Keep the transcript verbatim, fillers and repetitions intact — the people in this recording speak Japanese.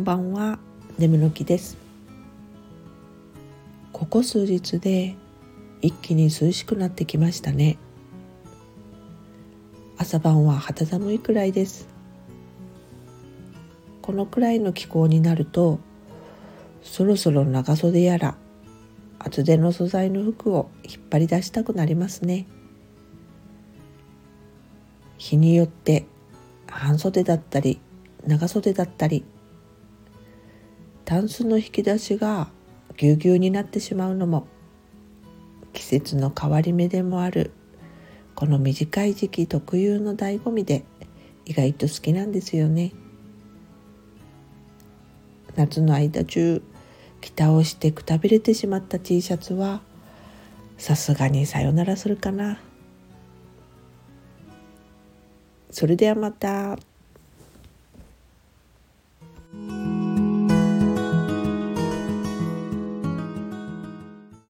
ばんは、ねむの木です。ここ数日で一気に涼しくなってきましたね。朝晩は肌寒いくらいです。このくらいの気候になると、そろそろ長袖やら厚手の素材の服を引っ張り出したくなりますね。日によって半袖だったり長袖だったり、タンスの引き出しがぎゅうぎゅうになってしまうのも季節の変わり目でもあるこの短い時期特有の醍醐味で意外と好きなんですよね。夏の間中着をしてくたびれてしまった T シャツはさすがにさよならするかな。それではまた。